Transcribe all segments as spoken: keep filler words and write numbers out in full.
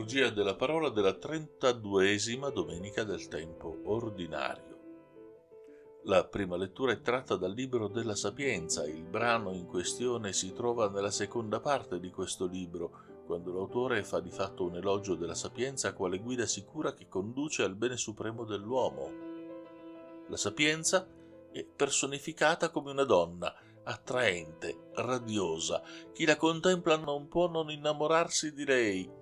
Liturgia della parola della trentaduesima domenica del tempo ordinario. La prima lettura è tratta dal libro della Sapienza. Il brano in questione si trova nella seconda parte di questo libro, quando l'autore fa di fatto un elogio della sapienza quale guida sicura che conduce al bene supremo dell'uomo. La sapienza è personificata come una donna, attraente, radiosa. Chi la contempla non può non innamorarsi di lei.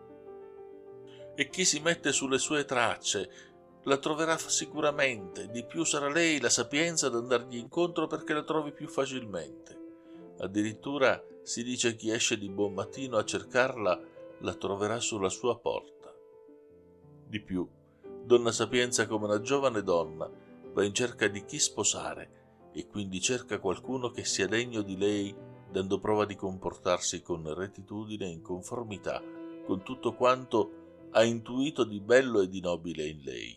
E chi si mette sulle sue tracce la troverà sicuramente. Di più sarà lei la sapienza ad andargli incontro perché la trovi più facilmente. Addirittura si dice chi esce di buon mattino a cercarla la troverà sulla sua porta. Di più, donna sapienza come una giovane donna va in cerca di chi sposare e quindi cerca qualcuno che sia degno di lei, dando prova di comportarsi con rettitudine e in conformità con tutto quanto ha intuito di bello e di nobile in lei.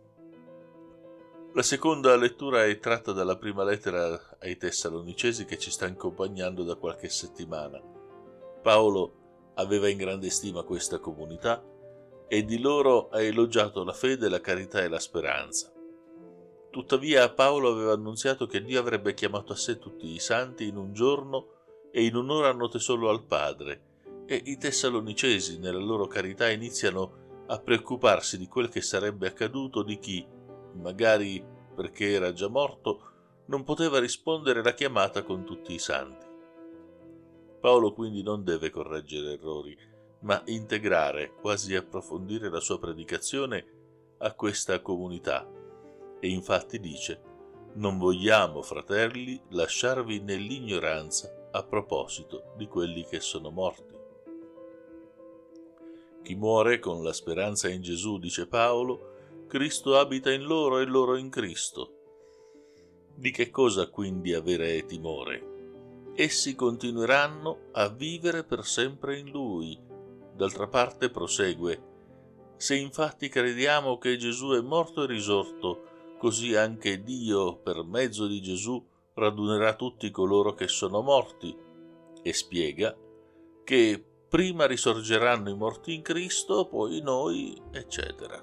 La seconda lettura è tratta dalla prima lettera ai Tessalonicesi che ci sta accompagnando da qualche settimana. Paolo aveva in grande stima questa comunità e di loro ha elogiato la fede, la carità e la speranza. Tuttavia Paolo aveva annunziato che Dio avrebbe chiamato a sé tutti i santi in un giorno e in un'ora note solo al Padre, e i Tessalonicesi nella loro carità iniziano a preoccuparsi di quel che sarebbe accaduto di chi, magari perché era già morto, non poteva rispondere alla chiamata con tutti i santi. Paolo quindi non deve correggere errori, ma integrare, quasi approfondire la sua predicazione a questa comunità. E infatti dice: non vogliamo, fratelli, lasciarvi nell'ignoranza a proposito di quelli che sono morti. Chi muore con la speranza in Gesù, dice Paolo, Cristo abita in loro e loro in Cristo. Di che cosa quindi avere timore? Essi continueranno a vivere per sempre in Lui. D'altra parte prosegue: se infatti crediamo che Gesù è morto e risorto, così anche Dio, per mezzo di Gesù, radunerà tutti coloro che sono morti, e spiega che prima risorgeranno i morti in Cristo, poi noi, eccetera.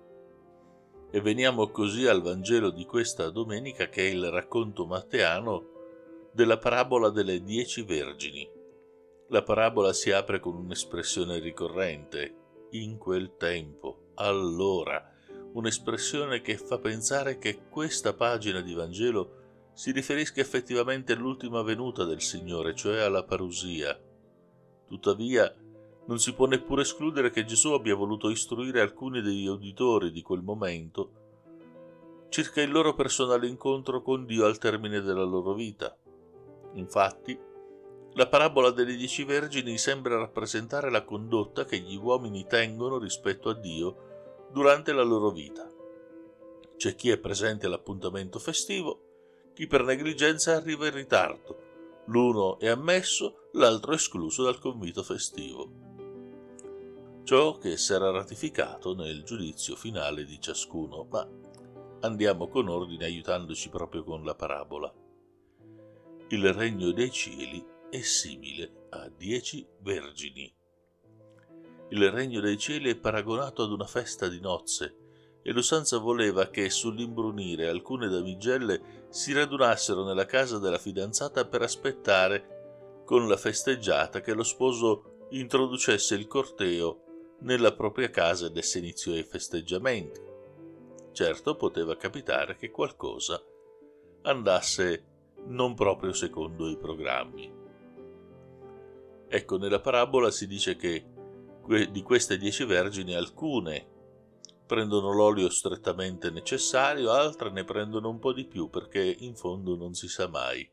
E veniamo così al Vangelo di questa domenica, che è il racconto matteano della parabola delle dieci vergini. La parabola si apre con un'espressione ricorrente: in quel tempo, allora, un'espressione che fa pensare che questa pagina di Vangelo si riferisca effettivamente all'ultima venuta del Signore, cioè alla parusia. Tuttavia, non si può neppure escludere che Gesù abbia voluto istruire alcuni degli uditori di quel momento circa il loro personale incontro con Dio al termine della loro vita. Infatti, la parabola delle dieci vergini sembra rappresentare la condotta che gli uomini tengono rispetto a Dio durante la loro vita. C'è chi è presente all'appuntamento festivo, chi per negligenza arriva in ritardo. L'uno è ammesso, l'altro escluso dal convito festivo. Ciò che sarà ratificato nel giudizio finale di ciascuno, ma andiamo con ordine aiutandoci proprio con la parabola. Il regno dei cieli è simile a dieci vergini. Il regno dei cieli è paragonato ad una festa di nozze, e l'usanza voleva che sull'imbrunire alcune damigelle si radunassero nella casa della fidanzata per aspettare con la festeggiata che lo sposo introducesse il corteo nella propria casa e desse inizio ai festeggiamenti. Certo, poteva capitare che qualcosa andasse non proprio secondo i programmi. Ecco, nella parabola si dice che di queste dieci vergini alcune prendono l'olio strettamente necessario, altre ne prendono un po' di più perché in fondo non si sa mai.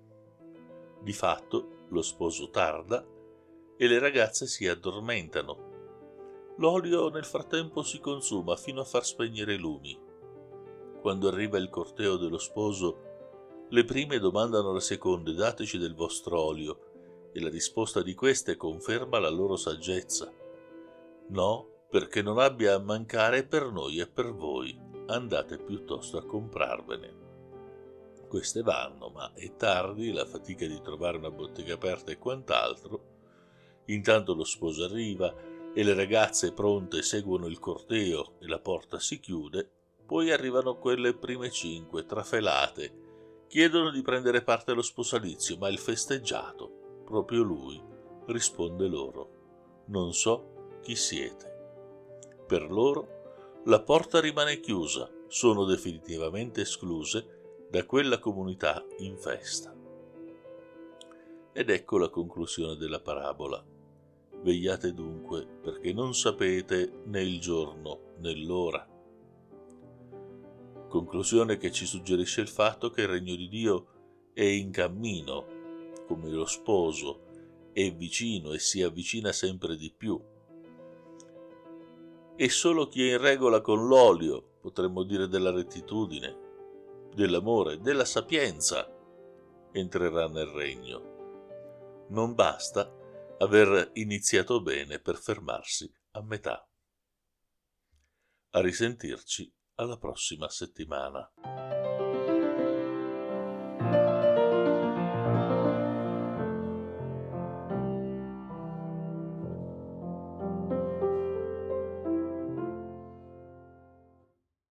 Di fatto lo sposo tarda e le ragazze si addormentano. L'olio nel frattempo si consuma fino a far spegnere i lumi. Quando arriva il corteo dello sposo, le prime domandano alle seconde: dateci del vostro olio, e la risposta di queste conferma la loro saggezza. No, perché non abbia a mancare per noi e per voi, andate piuttosto a comprarvene. Queste vanno, ma è tardi, la fatica di trovare una bottega aperta e quant'altro. Intanto lo sposo arriva e le ragazze pronte seguono il corteo e la porta si chiude, poi arrivano quelle prime cinque trafelate, chiedono di prendere parte allo sposalizio, ma il festeggiato, proprio lui, risponde loro: non so chi siete. Per loro la porta rimane chiusa, sono definitivamente escluse da quella comunità in festa. Ed ecco la conclusione della parabola. Vegliate dunque, perché non sapete né il giorno né l'ora. Conclusione che ci suggerisce il fatto che il regno di Dio è in cammino, come lo sposo è vicino e si avvicina sempre di più. E solo chi è in regola con l'olio, potremmo dire della rettitudine, dell'amore, della sapienza, entrerà nel regno. Non basta aver iniziato bene per fermarsi a metà. A risentirci alla prossima settimana.